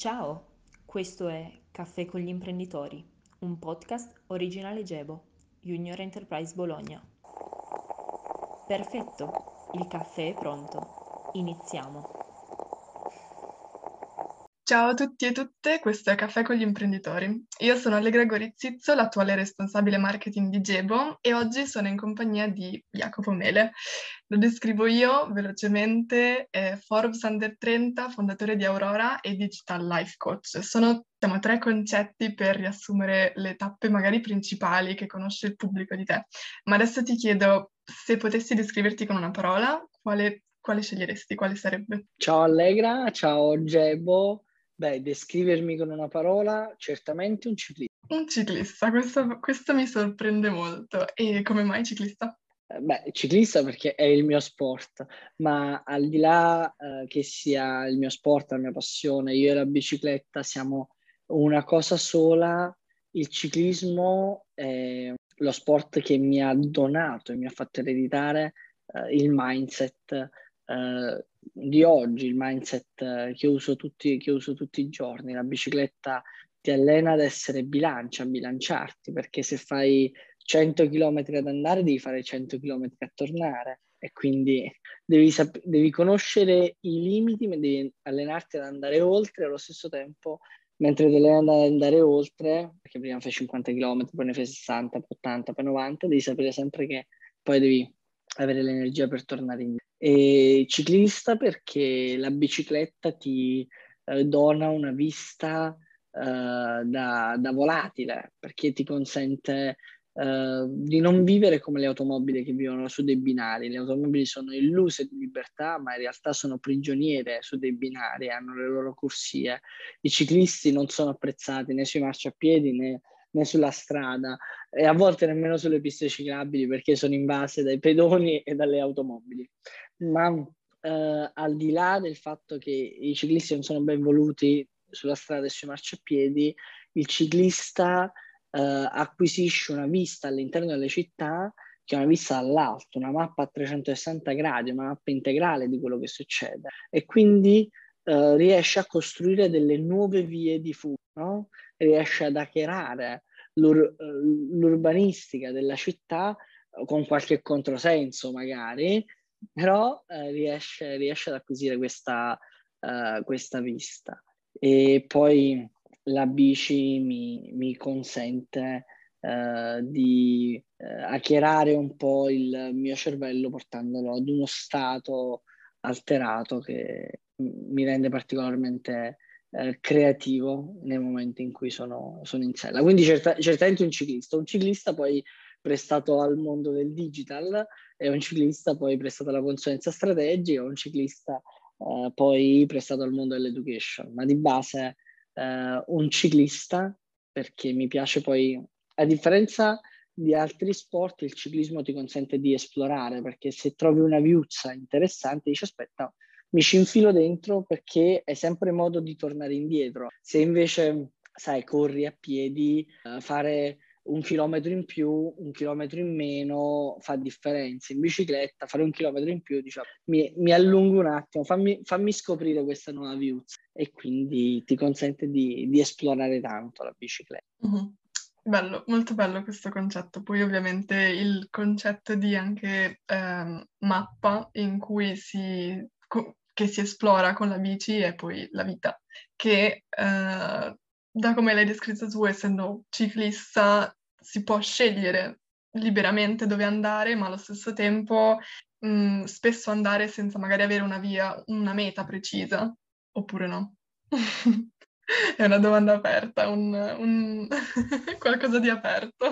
Ciao, questo è Caffè con gli imprenditori, un podcast originale Gebo, Junior Enterprise Bologna. Perfetto, il caffè è pronto. Iniziamo. Ciao a tutti e tutte, questo è Caffè con gli imprenditori. Io sono Allegra Gorizzizzo, l'attuale responsabile marketing di Gebo e oggi sono in compagnia di Jacopo Mele. Lo descrivo io velocemente, è Forbes Under 30, fondatore di Aurora e Digital Life Coach. Sono, diciamo, tre concetti per riassumere le tappe magari principali che conosce il pubblico di te. Ma adesso ti chiedo, se potessi descriverti con una parola, quale sceglieresti? Quale sarebbe? Ciao Allegra, ciao Gebo. Beh, descrivermi con una parola, certamente un ciclista. Un ciclista, questo mi sorprende molto. E come mai ciclista? Ciclista perché è il mio sport, ma al di là che sia il mio sport, la mia passione, io e la bicicletta siamo una cosa sola. Il ciclismo è lo sport che mi ha donato e mi ha fatto ereditare il mindset di oggi, il mindset che uso tutti i giorni. La bicicletta ti allena ad essere bilancia, a bilanciarti, perché se fai 100 km ad andare devi fare 100 km a tornare e quindi devi conoscere i limiti, ma devi allenarti ad andare oltre allo stesso tempo. Mentre ti alleni ad andare oltre, perché prima fai 50 km, poi ne fai 60, poi 80, poi 90, devi sapere sempre che poi devi avere l'energia per tornare indietro. E ciclista perché la bicicletta ti dona una vista da volatile, perché ti consente di non vivere come le automobili che vivono su dei binari. Le automobili sono illuse di libertà, ma in realtà sono prigioniere su dei binari, hanno le loro corsie. I ciclisti non sono apprezzati né sui marciapiedi né sulla strada e a volte nemmeno sulle piste ciclabili perché sono invase dai pedoni e dalle automobili. Ma al di là del fatto che i ciclisti non sono ben voluti sulla strada e sui marciapiedi, il ciclista acquisisce una vista all'interno delle città che è una vista dall'alto, una mappa a 360 gradi, una mappa integrale di quello che succede e quindi riesce a costruire delle nuove vie di fuga, no? Riesce ad hackerare l'urbanistica della città con qualche controsenso magari, però riesce ad acquisire questa vista. E poi la bici mi consente di hackerare un po' il mio cervello portandolo ad uno stato alterato che mi rende particolarmente creativo nei momenti in cui sono in sella. Quindi certamente un ciclista poi prestato al mondo del digital e un ciclista poi prestato alla consulenza strategica, un ciclista poi prestato al mondo dell'education, ma di base un ciclista perché mi piace poi, a differenza di altri sport, il ciclismo ti consente di esplorare, perché se trovi una viuzza interessante dici aspetta, mi ci infilo dentro perché è sempre modo di tornare indietro. Se invece, sai, corri a piedi, fare un chilometro in più, un chilometro in meno fa differenza. In bicicletta fare un chilometro in più, diciamo, mi allungo un attimo, fammi scoprire questa nuova viuzza e quindi ti consente di esplorare tanto la bicicletta. Mhm. Bello, molto bello questo concetto. Poi ovviamente il concetto di anche mappa in cui che si esplora con la bici e poi la vita, che da come l'hai descritta tu, essendo ciclista, si può scegliere liberamente dove andare, ma allo stesso tempo spesso andare senza magari avere una via, una meta precisa, oppure no? È una domanda aperta, qualcosa di aperto.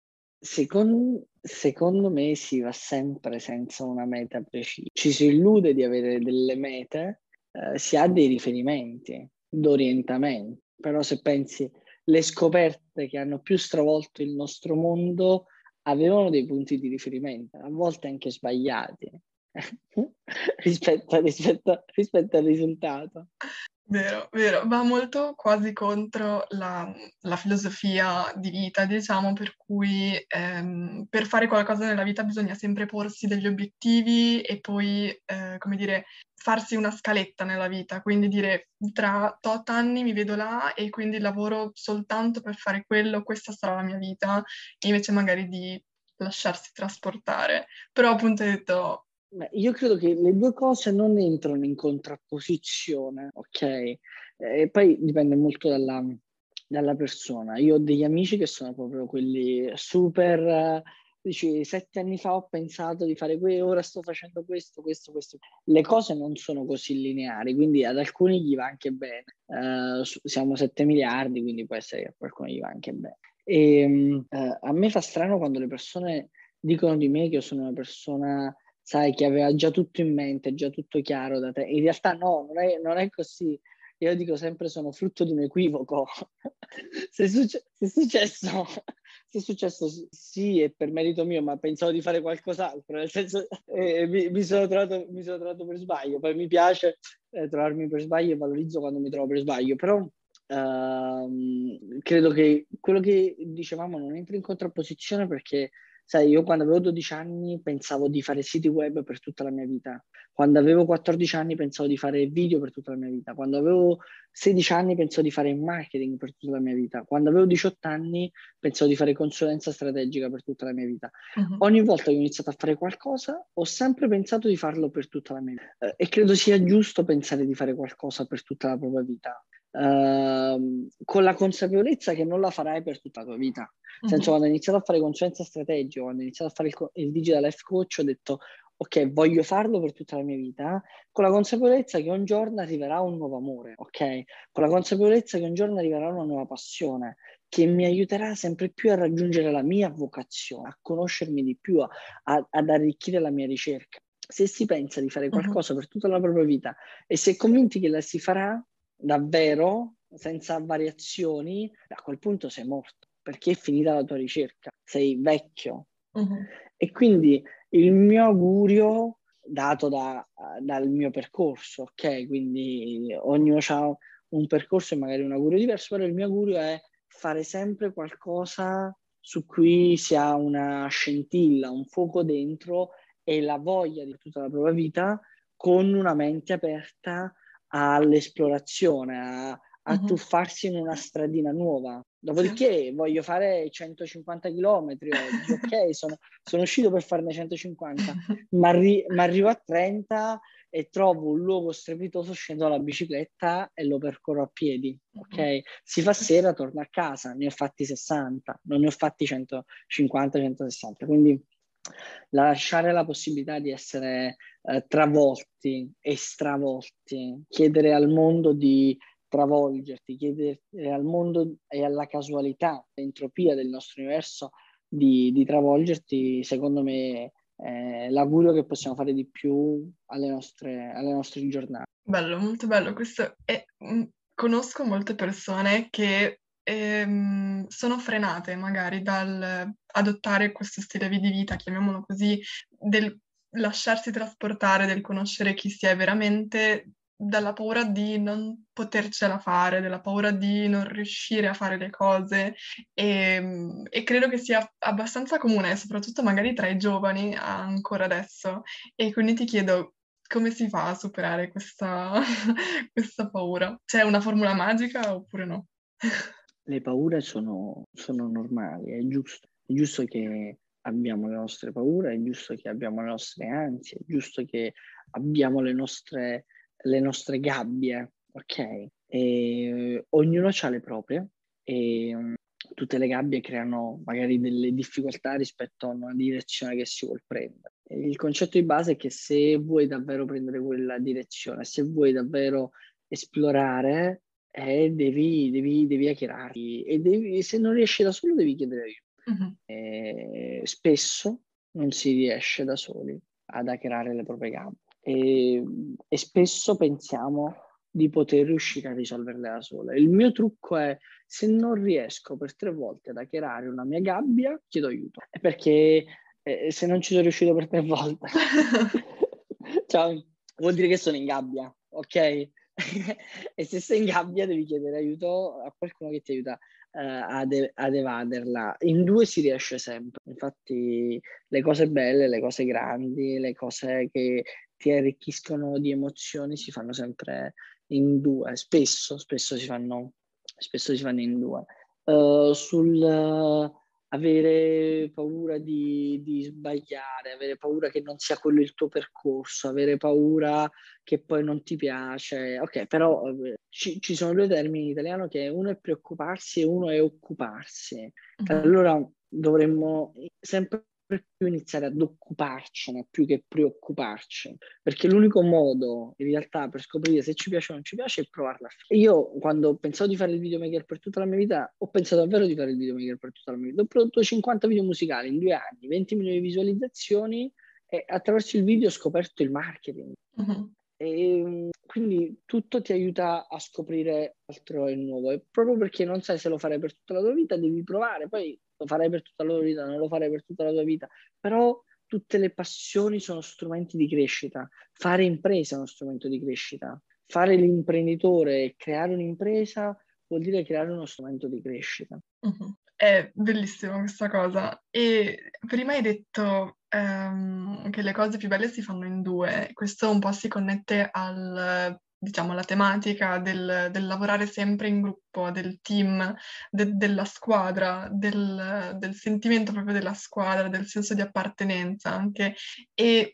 Secondo me si va sempre senza una meta precisa. Ci si illude di avere delle mete, si ha dei riferimenti d'orientamento, però se pensi le scoperte che hanno più stravolto il nostro mondo avevano dei punti di riferimento, a volte anche sbagliati rispetto al risultato. Vero, vero, va molto quasi contro la filosofia di vita, diciamo, per cui per fare qualcosa nella vita bisogna sempre porsi degli obiettivi e poi, come dire, farsi una scaletta nella vita, quindi dire tra tot anni mi vedo là e quindi lavoro soltanto per fare quello, questa sarà la mia vita, invece magari di lasciarsi trasportare. Però appunto hai detto, Beh, io credo che le due cose non entrano in contrapposizione, ok? E poi dipende molto dalla persona. Io ho degli amici che sono proprio quelli super, dici, 7 anni fa ho pensato di fare questo, ora sto facendo questo, questo, questo. Le cose non sono così lineari, quindi ad alcuni gli va anche bene. Siamo 7 miliardi, quindi può essere che a qualcuno gli va anche bene. A me fa strano quando le persone dicono di me che io sono una persona, sai, che aveva già tutto in mente, già tutto chiaro da te. In realtà no, non è così. Io dico sempre sono frutto di un equivoco. Se è successo sì, è per merito mio, ma pensavo di fare qualcos'altro, nel senso mi sono trovato per sbaglio. Poi mi piace trovarmi per sbaglio e valorizzo quando mi trovo per sbaglio, però credo che quello che dicevamo non entra in contrapposizione perché sai, io quando avevo 12 anni pensavo di fare siti web per tutta la mia vita. Quando avevo 14 anni pensavo di fare video per tutta la mia vita. Quando avevo 16 anni pensavo di fare marketing per tutta la mia vita. Quando avevo 18 anni pensavo di fare consulenza strategica per tutta la mia vita. mhm, Ogni volta che ho iniziato a fare qualcosa, ho sempre pensato di farlo per tutta la mia vita. E credo sia giusto pensare di fare qualcosa per tutta la propria vita. Con la consapevolezza che non la farai per tutta la tua vita. Nel senso, mhm, quando ho iniziato a fare consulenza strategica, quando ho iniziato a fare il digital life coach, ho detto, ok, voglio farlo per tutta la mia vita, con la consapevolezza che un giorno arriverà un nuovo amore, ok? Con la consapevolezza che un giorno arriverà una nuova passione che mi aiuterà sempre più a raggiungere la mia vocazione, a conoscermi di più, ad arricchire la mia ricerca. Se si pensa di fare mhm. qualcosa per tutta la propria vita e si è convinti che la si farà davvero, senza variazioni, a quel punto sei morto, perché è finita la tua ricerca, sei vecchio. Mhm. E quindi il mio augurio, dato dal mio percorso, ok? Quindi ognuno ha un percorso e magari un augurio diverso, però il mio augurio è fare sempre qualcosa su cui si ha una scintilla, un fuoco dentro e la voglia di tutta la propria vita con una mente aperta all'esplorazione, a Mhm. tuffarsi in una stradina nuova. Sì. Dopodiché voglio fare 150 km oggi, ok, sono uscito per farne 150, ma arrivo a 30 e trovo un luogo strepitoso, scendo dalla bicicletta e lo percorro a piedi, Mhm. ok? Si fa sera, torno a casa, ne ho fatti 60, non ne ho fatti 150, 160, quindi lasciare la possibilità di essere travolti e stravolti, chiedere al mondo di travolgerti, chiedere al mondo e alla casualità, l'entropia del nostro universo di travolgerti, secondo me è l'augurio che possiamo fare di più alle nostre giornate. Bello, molto bello. Conosco molte persone che sono frenate magari dal adottare questo stile di vita, chiamiamolo così, del lasciarsi trasportare, del conoscere chi si è veramente, dalla paura di non potercela fare, dalla paura di non riuscire a fare le cose e credo che sia abbastanza comune, soprattutto magari tra i giovani ancora adesso. E quindi ti chiedo, come si fa a superare questa, questa paura? C'è una formula magica oppure no? Le paure sono normali, è giusto che abbiamo le nostre paure, è giusto che abbiamo le nostre ansie, è giusto che abbiamo le nostre gabbie, ok? E ognuno ha le proprie e tutte le gabbie creano magari delle difficoltà rispetto a una direzione che si vuole prendere. E il concetto di base è che se vuoi davvero prendere quella direzione, se vuoi davvero esplorare, devi hackerarti e se non riesci da solo devi chiedere aiuto. Mhm. Spesso non si riesce da soli ad hackerare le proprie gambe e spesso pensiamo di poter riuscire a risolverle da sola. Il mio trucco è: se non riesco per 3 volte ad hackerare una mia gabbia, chiedo aiuto. È perché se non ci sono riuscito per 3 volte, cioè, vuol dire che sono in gabbia, ok? e se sei in gabbia devi chiedere aiuto a qualcuno che ti aiuta ad evaderla. In due si riesce sempre. Infatti le cose belle, le cose grandi, le cose che ti arricchiscono di emozioni si fanno sempre in due. Spesso si fanno in due. Sul avere paura di sbagliare, avere paura che non sia quello il tuo percorso, avere paura che poi non ti piace. Ok, però ci sono due termini in italiano, che uno è preoccuparsi e uno è occuparsi. Allora dovremmo sempre più iniziare ad occuparcene più che preoccuparci, perché l'unico modo in realtà per scoprire se ci piace o non ci piace è provarla a fare. Io quando pensavo di fare il videomaker per tutta la mia vita, ho pensato davvero di fare il videomaker per tutta la mia vita. Ho prodotto 50 video musicali in 2 anni, 20 milioni di visualizzazioni, e attraverso il video ho scoperto il marketing. E quindi tutto ti aiuta a scoprire altro e nuovo, e proprio perché non sai se lo farai per tutta la tua vita devi provare, poi lo farai per tutta la tua vita, non lo farai per tutta la tua vita, però tutte le passioni sono strumenti di crescita. Fare impresa è uno strumento di crescita, fare l'imprenditore e creare un'impresa vuol dire creare uno strumento di crescita. È bellissima questa cosa. E prima hai detto che le cose più belle si fanno in due. Questo un po' si connette diciamo, alla tematica del lavorare sempre in gruppo, del team, della squadra, del sentimento proprio della squadra, del senso di appartenenza anche. E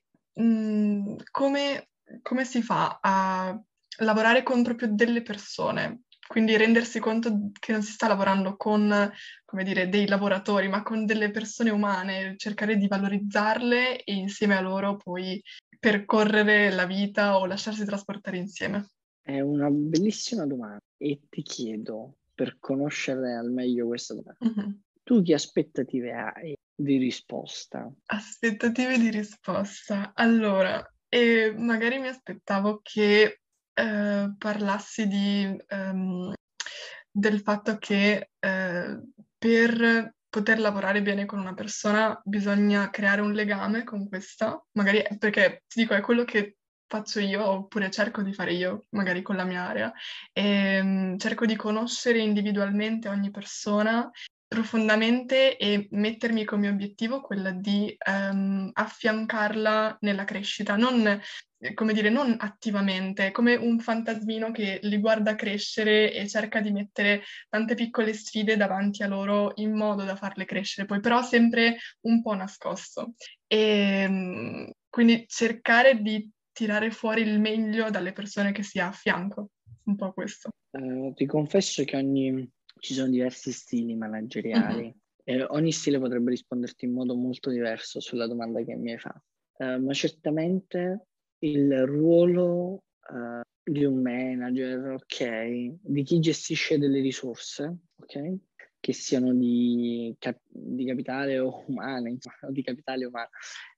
come si fa a lavorare con proprio delle persone? Quindi rendersi conto che non si sta lavorando con, come dire, dei lavoratori, ma con delle persone umane, cercare di valorizzarle e insieme a loro poi percorrere la vita o lasciarsi trasportare insieme. È una bellissima domanda e ti chiedo, per conoscere al meglio questa domanda, tu che aspettative hai di risposta? Aspettative di risposta. Allora, magari mi aspettavo che parlassi del fatto che per poter lavorare bene con una persona bisogna creare un legame con questa, magari perché ti dico, è quello che faccio io, oppure cerco di fare io, magari con la mia area. Cerco di conoscere individualmente ogni persona profondamente e mettermi come obiettivo quella di affiancarla nella crescita, non, come dire, non attivamente, come un fantasmino che li guarda crescere e cerca di mettere tante piccole sfide davanti a loro in modo da farle crescere, poi però sempre un po' nascosto. Quindi cercare di tirare fuori il meglio dalle persone che si ha a fianco, un po' questo. Ti confesso che ci sono diversi stili manageriali e ogni stile potrebbe risponderti in modo molto diverso sulla domanda che mi hai fatto. Ma certamente il ruolo di un manager, ok, di chi gestisce delle risorse, ok, che siano di capitale o umane, insomma, o di capitale umano,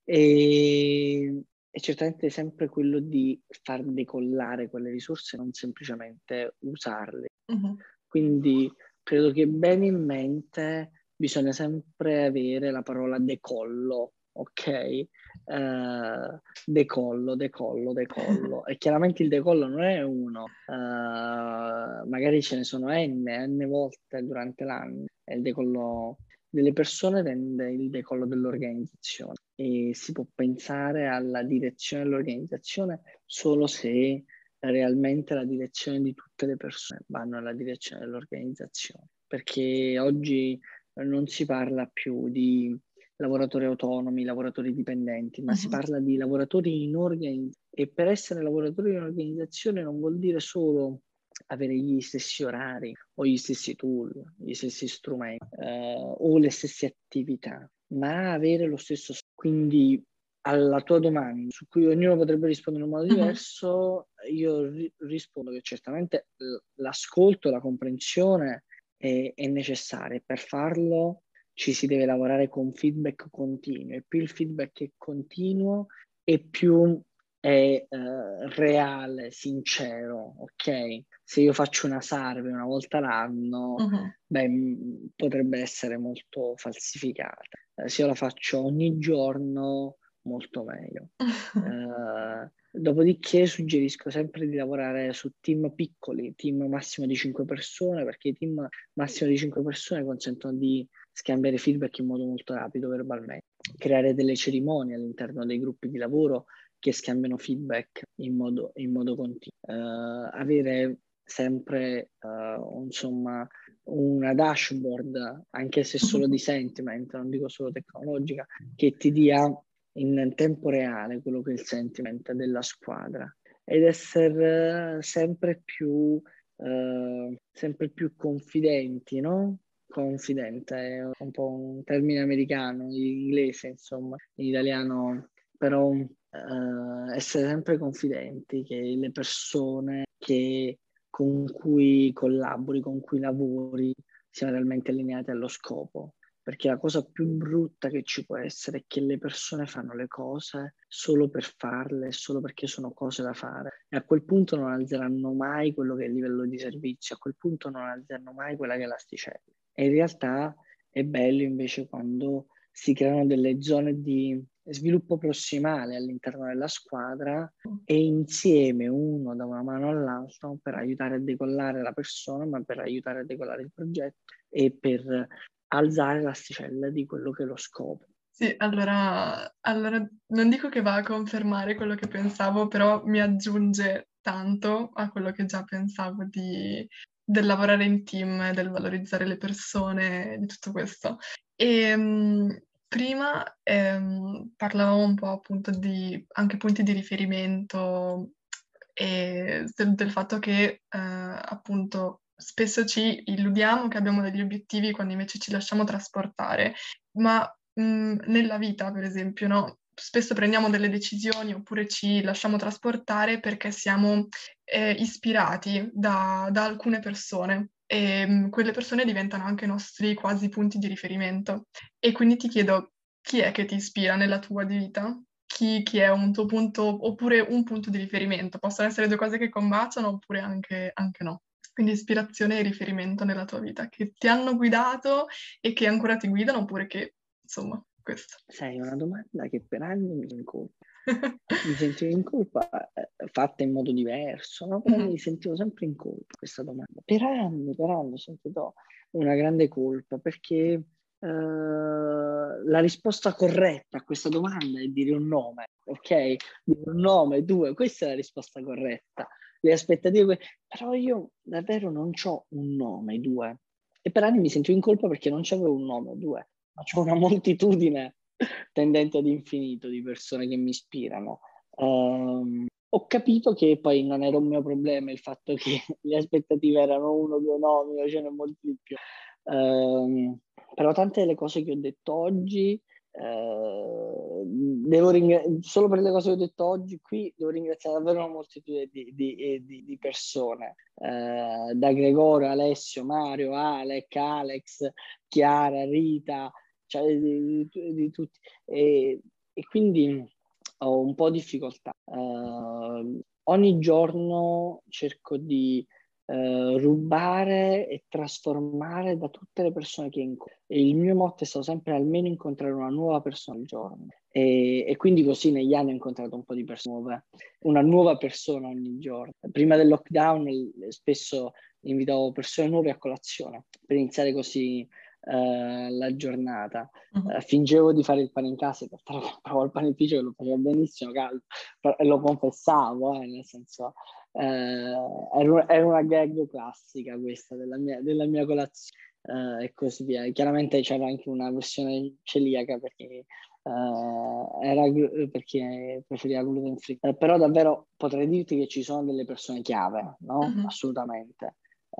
e certamente sempre quello di far decollare quelle risorse, non semplicemente usarle. Quindi credo che bene in mente bisogna sempre avere la parola decollo, ok? Decollo. E chiaramente il decollo non è uno, magari ce ne sono n volte durante l'anno. E il decollo delle persone rende il decollo dell'organizzazione, e si può pensare alla direzione dell'organizzazione solo se realmente la direzione di tutte le persone vanno nella direzione dell'organizzazione, perché oggi non si parla più di lavoratori autonomi, lavoratori dipendenti, ma si parla di lavoratori in organizzazione, e per essere lavoratori in organizzazione non vuol dire solo avere gli stessi orari o gli stessi tool, gli stessi strumenti o le stesse attività, ma avere lo stesso. Quindi alla tua domanda, su cui ognuno potrebbe rispondere in un modo diverso, io rispondo che certamente l'ascolto, la comprensione è necessaria, e per farlo ci si deve lavorare con feedback continuo, e più il feedback è continuo e più è reale, sincero, ok? Se io faccio una survey una volta l'anno, potrebbe essere molto falsificata. Se io la faccio ogni giorno, molto meglio. Dopodiché suggerisco sempre di lavorare su team piccoli, team massimo di 5 persone, perché i team massimo di 5 persone consentono di scambiare feedback in modo molto rapido verbalmente, creare delle cerimonie all'interno dei gruppi di lavoro che scambiano feedback in modo continuo, avere sempre insomma una dashboard, anche se solo di sentiment, non dico solo tecnologica, che ti dia in tempo reale quello che è il sentiment della squadra, ed essere sempre più confidenti, no? Confident è un po' un termine americano, in inglese, insomma, in italiano, però essere sempre confidenti che le persone con cui collabori, con cui lavori, siano realmente allineate allo scopo. Perché la cosa più brutta che ci può essere è che le persone fanno le cose solo per farle, solo perché sono cose da fare. E a quel punto non alzeranno mai quello che è il livello di servizio, a quel punto non alzeranno mai quella che è l'asticella. E in realtà è bello invece quando si creano delle zone di sviluppo prossimale all'interno della squadra e insieme uno dà una mano all'altro per aiutare a decollare la persona, ma per aiutare a decollare il progetto e per alzare l'asticella di quello che è lo scopo. Sì, allora non dico che va a confermare quello che pensavo, però mi aggiunge tanto a quello che già pensavo del lavorare in team, del valorizzare le persone, di tutto questo. Prima parlavamo un po' appunto di anche punti di riferimento e del fatto che appunto spesso ci illudiamo che abbiamo degli obiettivi quando invece ci lasciamo trasportare, ma nella vita, per esempio, no? Spesso prendiamo delle decisioni oppure ci lasciamo trasportare perché siamo ispirati da alcune persone e quelle persone diventano anche i nostri quasi punti di riferimento. E quindi ti chiedo, chi è che ti ispira nella tua vita? Chi è un tuo punto, oppure un punto di riferimento? Possono essere due cose che combaciano oppure anche no. Quindi ispirazione e riferimento nella tua vita, che ti hanno guidato e che ancora ti guidano, oppure che, insomma, questo. Sai, è una domanda che per anni mi incolpa. Mi sentivo in colpa, fatta in modo diverso, no? Però mi sentivo sempre in colpa questa domanda. Per anni ho sentito una grande colpa, perché la risposta corretta a questa domanda è dire un nome, ok? Dire un nome, due, questa è la risposta corretta. Le aspettative, però io davvero non ho un nome, due. E per anni mi sentivo in colpa perché non c'avevo un nome, due, ma c'ho una moltitudine tendente ad infinito di persone che mi ispirano. Ho capito che poi non era un mio problema il fatto che le aspettative erano uno, due nomi, o ce ne molti di più. Però tante delle cose che ho detto oggi, solo per le cose che ho detto oggi qui, devo ringraziare davvero una moltitudine di persone, da Gregorio, Alessio, Mario, Alex, Chiara, Rita, cioè di tutti. E quindi ho un po' di difficoltà. Ogni giorno cerco di rubare e trasformare da tutte le persone che incontro. E il mio motto è stato sempre almeno incontrare una nuova persona al giorno. E quindi così negli anni ho incontrato un po' di persone nuove, una nuova persona ogni giorno. Prima del lockdown spesso invitavo persone nuove a colazione per iniziare così la giornata. Fingevo di fare il pane in casa, in realtà compravo il panificio che lo faceva benissimo caldo, e lo confessavo, nel senso era una gag classica questa della mia colazione, e così via. Chiaramente c'era anche una versione celiaca perché perché preferiva gluten free, però davvero potrei dirti che ci sono delle persone chiave, no? Assolutamente.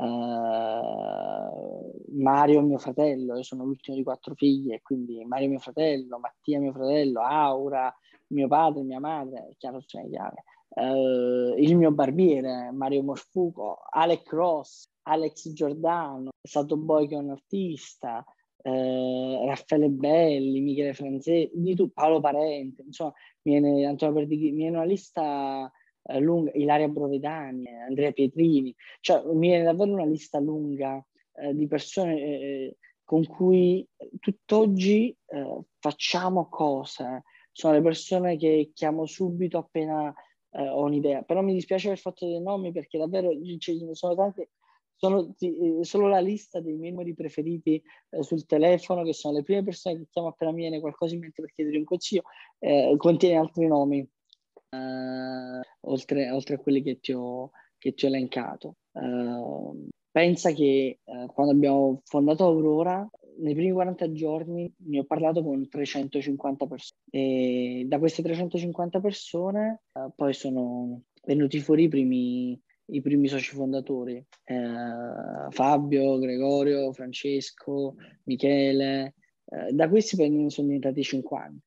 Mario mio fratello, io sono l'ultimo di 4 figli, e quindi Mario mio fratello, Mattia mio fratello, Aura mio padre, mia madre, è chiaro, sono chiave. Il mio barbiere, Mario Morfuco, Alex Ross, Alex Giordano, Sato Boy che è un artista, Raffaele Belli, Michele Franzesi, Paolo Parente, insomma, Antonio Perdighi, mi viene una lista lunga, Ilaria Brovedani, Andrea Pietrini, cioè mi viene davvero una lista lunga di persone con cui tutt'oggi facciamo cose sono le persone che chiamo subito appena ho un'idea. Però mi dispiace per il fatto dei nomi, perché davvero ce ne sono tante. Solo la lista dei miei numeri preferiti sul telefono, che sono le prime persone che chiamo appena mi viene qualcosa in mente per chiedere un consiglio, contiene altri nomi, oltre a quelli che ti ho elencato. Pensa che quando abbiamo fondato Aurora, nei primi 40 giorni ne ho parlato con 350 persone, e da queste 350 persone poi sono venuti fuori i primi soci fondatori, Fabio, Gregorio, Francesco, Michele. Da questi poi ne sono diventati 50.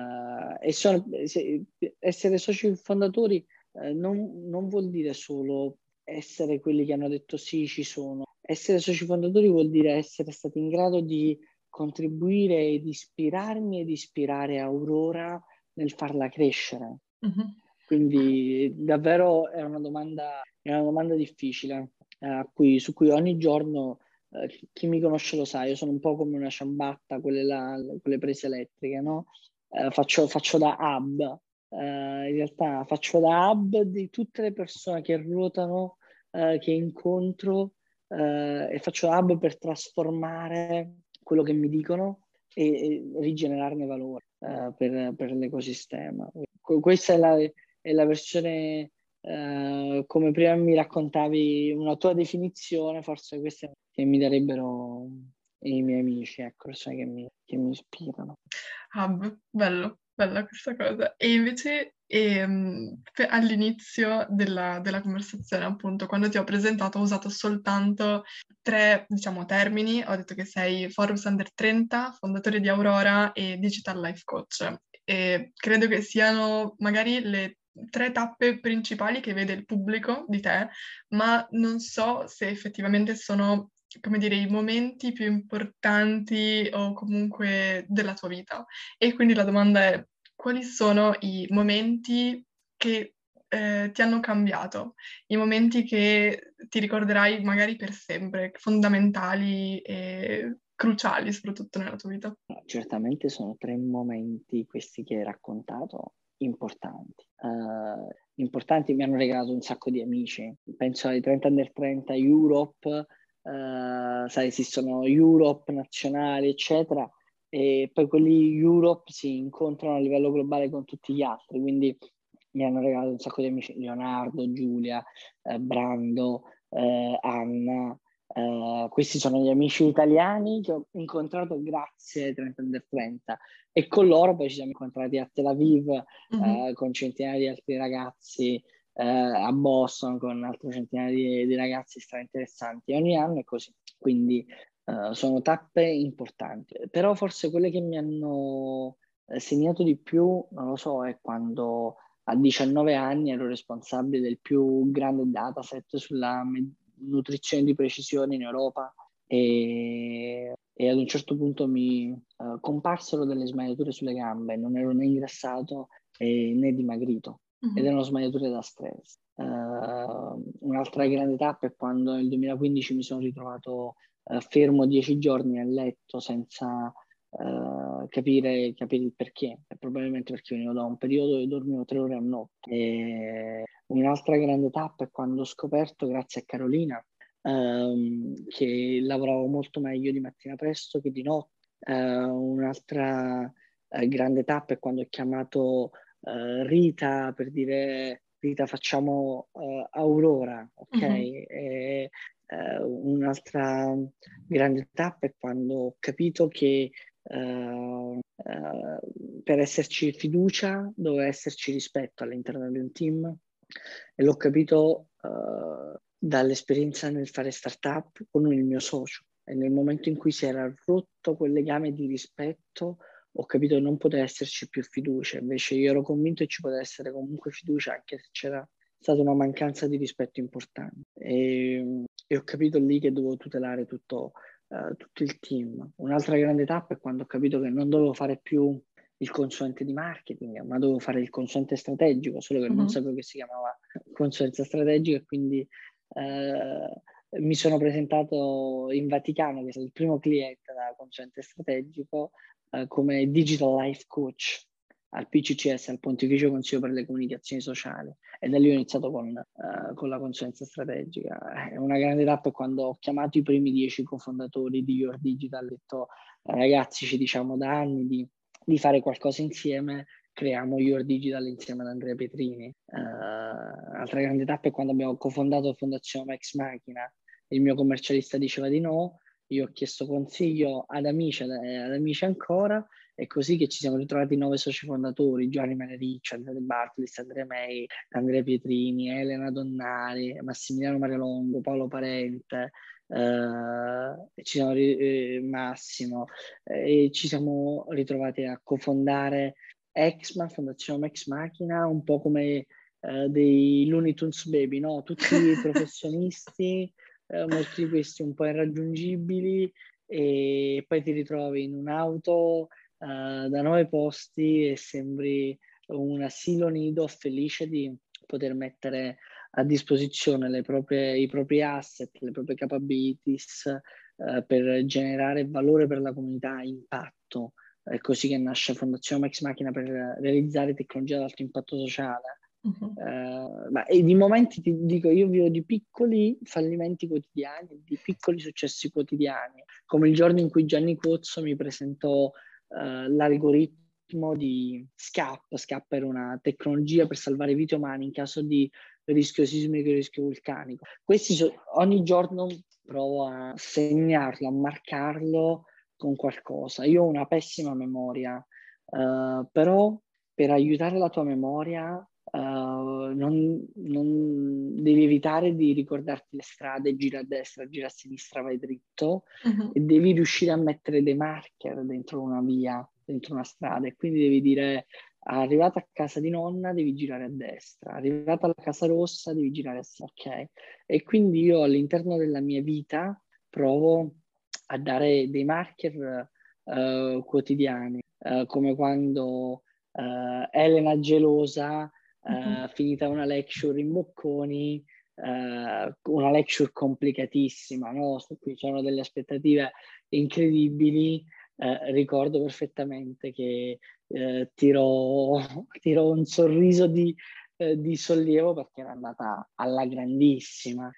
Essere soci fondatori non vuol dire solo essere quelli che hanno detto sì, ci sono. Essere soci fondatori vuol dire essere stati in grado di contribuire ed ispirarmi ed ispirare Aurora nel farla crescere. Mhm. Quindi davvero è una domanda difficile, su cui ogni giorno, chi mi conosce lo sa, io sono un po' come una ciabatta, quelle prese elettriche, no? Faccio da hub, in realtà faccio da hub di tutte le persone che ruotano, che incontro, e faccio da hub per trasformare quello che mi dicono e rigenerarne valore per l'ecosistema. Questa è la versione, come prima mi raccontavi una tua definizione, forse queste che mi darebbero i miei amici, ecco, persone che mi ispirano. Bello, bella questa cosa. E invece all'inizio della conversazione, appunto, quando ti ho presentato, ho usato soltanto 3, diciamo, termini. Ho detto che sei Forbes Under 30, fondatore di Aurora e Digital Life Coach. E credo che siano magari le 3 tappe principali che vede il pubblico di te, ma non so se effettivamente sono, come dire, i momenti più importanti o comunque della tua vita. E quindi la domanda è: quali sono i momenti che ti hanno cambiato, i momenti che ti ricorderai magari per sempre, fondamentali e cruciali soprattutto nella tua vita? Certamente sono 3 momenti, questi che hai raccontato, importanti. Importanti, mi hanno regalato un sacco di amici. Penso ai 30 Under 30 Europe, sai, esistono Europe nazionali, eccetera, e poi quelli Europe si incontrano a livello globale con tutti gli altri, quindi mi hanno regalato un sacco di amici, Leonardo, Giulia, Brando, Anna. Questi sono gli amici italiani che ho incontrato grazie ai 30 Under 30, e con loro poi ci siamo incontrati a Tel Aviv, Mhm. con centinaia di altri ragazzi, a Boston con altre centinaia di ragazzi interessanti. Ogni anno è così, quindi sono tappe importanti. Però forse quelle che mi hanno segnato di più, non lo so, è quando a 19 anni ero responsabile del più grande dataset sulla nutrizione di precisione in Europa, e ad un certo punto mi comparsero delle smagliature sulle gambe, non ero né ingrassato né dimagrito, ed Mhm. erano smagliature da stress. Un'altra grande tappa è quando nel 2015 mi sono ritrovato fermo 10 giorni a letto senza capire il perché, e probabilmente perché venivo da un periodo dove dormivo 3 ore a notte. E un'altra grande tappa è quando ho scoperto, grazie a Carolina, che lavoravo molto meglio di mattina presto che di notte. Un'altra grande tappa è quando ho chiamato Rita per dire: Rita, facciamo Aurora, ok? Mhm. Un'altra grande tappa è quando ho capito che per esserci fiducia doveva esserci rispetto all'interno di un team, e l'ho capito dall'esperienza nel fare startup con il mio socio, e nel momento in cui si era rotto quel legame di rispetto ho capito che non poteva esserci più fiducia. Invece io ero convinto che ci poteva essere comunque fiducia, anche se c'era stata una mancanza di rispetto importante, e ho capito lì che dovevo tutelare tutto il team. Un'altra grande tappa è quando ho capito che non dovevo fare più il consulente di marketing, ma dovevo fare il consulente strategico, solo che non Mhm. sapevo che si chiamava consulenza strategica, e quindi mi sono presentato in Vaticano, che è stato il primo cliente da consulente strategico, come Digital Life Coach. al PCCS, al Pontificio Consiglio per le Comunicazioni Sociali, e da lì ho iniziato con la consulenza strategica. Una grande tappa è quando ho chiamato i primi 10 cofondatori di Your Digital, ho detto ragazzi, ci diciamo da anni di fare qualcosa insieme, creiamo Your Digital insieme ad Andrea Petrini. Altra grande tappa è quando abbiamo cofondato Fondazione Ex Machina, il mio commercialista diceva di no, io ho chiesto consiglio ad amici ancora, è così che ci siamo ritrovati 9 soci fondatori: Giovanni Manericcio, Andrea De Bartolis, Andrea May, Andrea Pietrini, Elena Donnari, Massimiliano Marialongo, Paolo Parente, Massimo, e ci siamo ritrovati a cofondare Exma, Fondazione Ex Machina, un po' come dei Looney Tunes Baby, no? Tutti professionisti, molti di questi un po' irraggiungibili, e poi ti ritrovi in un'auto da 9 posti e sembri un asilo nido felice di poter mettere a disposizione i propri asset, le proprie capabilities per generare valore per la comunità, impatto. È così che nasce Fondazione Ex Machina, per realizzare tecnologia ad alto impatto sociale. E di momenti ti dico, io vivo di piccoli fallimenti quotidiani, di piccoli successi quotidiani, come il giorno in cui Gianni Cuozzo mi presentò l'algoritmo di SCAP. SCAP era una tecnologia per salvare vite umane in caso di rischio sismico e rischio vulcanico. Ogni giorno provo a segnarlo, a marcarlo con qualcosa. Io ho una pessima memoria, però per aiutare la tua memoria non devi evitare di ricordarti le strade: gira a destra, gira a sinistra, vai dritto, e devi riuscire a mettere dei marker dentro una via, dentro una strada, e quindi devi dire: arrivata a casa di nonna devi girare a destra, arrivata alla casa rossa devi girare a sinistra, ok? E quindi io all'interno della mia vita provo a dare dei marker quotidiani, come quando Elena gelosa, finita una lecture in Bocconi, una lecture complicatissima, no? Su cui sono delle aspettative incredibili. Ricordo perfettamente che tirò un sorriso di sollievo, perché era andata alla grandissima.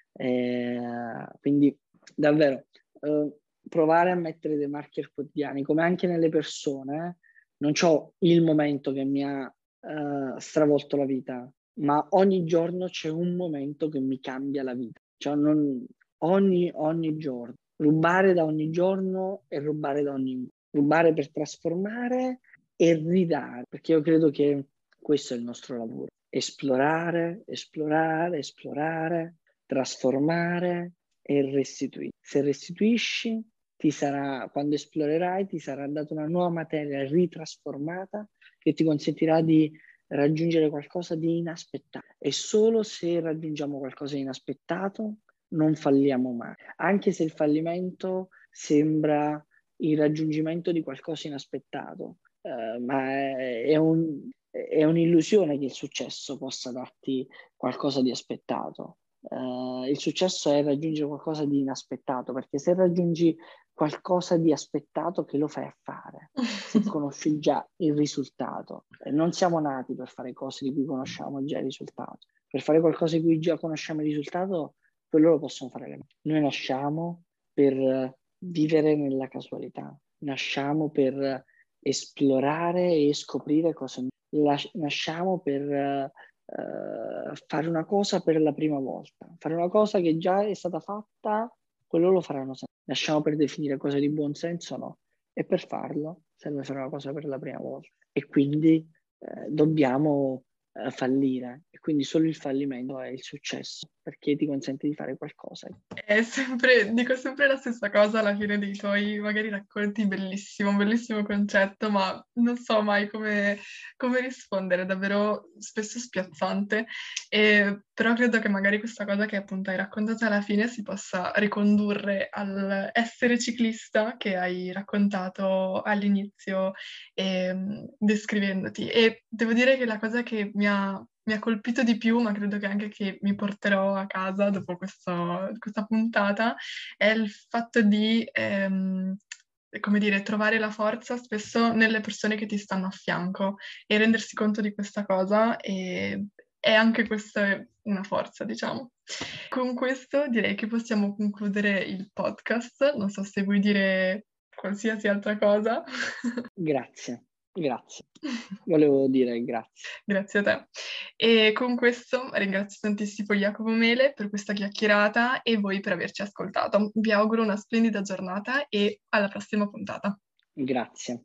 Quindi davvero provare a mettere dei marker quotidiani, come anche nelle persone. Non c'ho il momento che mi ha stravolto la vita, ma ogni giorno c'è un momento che mi cambia la vita. Cioè ogni giorno. Rubare da ogni giorno e rubare rubare per trasformare e ridare, perché io credo che questo è il nostro lavoro: esplorare, trasformare e restituire. Se restituisci, quando esplorerai, ti sarà data una nuova materia ritrasformata che ti consentirà di raggiungere qualcosa di inaspettato. E solo se raggiungiamo qualcosa di inaspettato non falliamo mai, anche se il fallimento sembra il raggiungimento di qualcosa inaspettato, ma è un'illusione che il successo possa darti qualcosa di aspettato. Il successo è raggiungere qualcosa di inaspettato, perché se raggiungi qualcosa di aspettato, che lo fai a fare se conosci già il risultato? Non siamo nati per fare cose di cui conosciamo già il risultato. Per fare qualcosa di cui già conosciamo il risultato, quello lo possono fare le mani. Noi nasciamo per vivere nella casualità, nasciamo per esplorare e scoprire cose nuove, nasciamo per fare una cosa per la prima volta, fare una cosa che già è stata fatta, quello lo faranno sempre. Nasciamo per definire cose di buon senso, no? E per farlo serve fare una cosa per la prima volta, e quindi dobbiamo fallire, e quindi solo il fallimento è il successo, perché ti consente di fare qualcosa. Dico sempre la stessa cosa alla fine dei tuoi magari racconti: bellissimo, bellissimo concetto, ma non so mai come rispondere, davvero spesso spiazzante. Però credo che magari questa cosa che appunto hai raccontato alla fine si possa ricondurre all'essere ciclista che hai raccontato all'inizio, descrivendoti. E devo dire che la cosa che mi ha colpito di più, ma credo che anche che mi porterò a casa dopo questa puntata, è il fatto di come dire, trovare la forza spesso nelle persone che ti stanno a fianco e rendersi conto di questa cosa e anche questa è una forza, diciamo. Con questo direi che possiamo concludere il podcast. Non so se vuoi dire qualsiasi altra cosa. Grazie. Volevo dire grazie. Grazie a te. E con questo ringrazio tantissimo Jacopo Mele per questa chiacchierata e voi per averci ascoltato. Vi auguro una splendida giornata e alla prossima puntata. Grazie.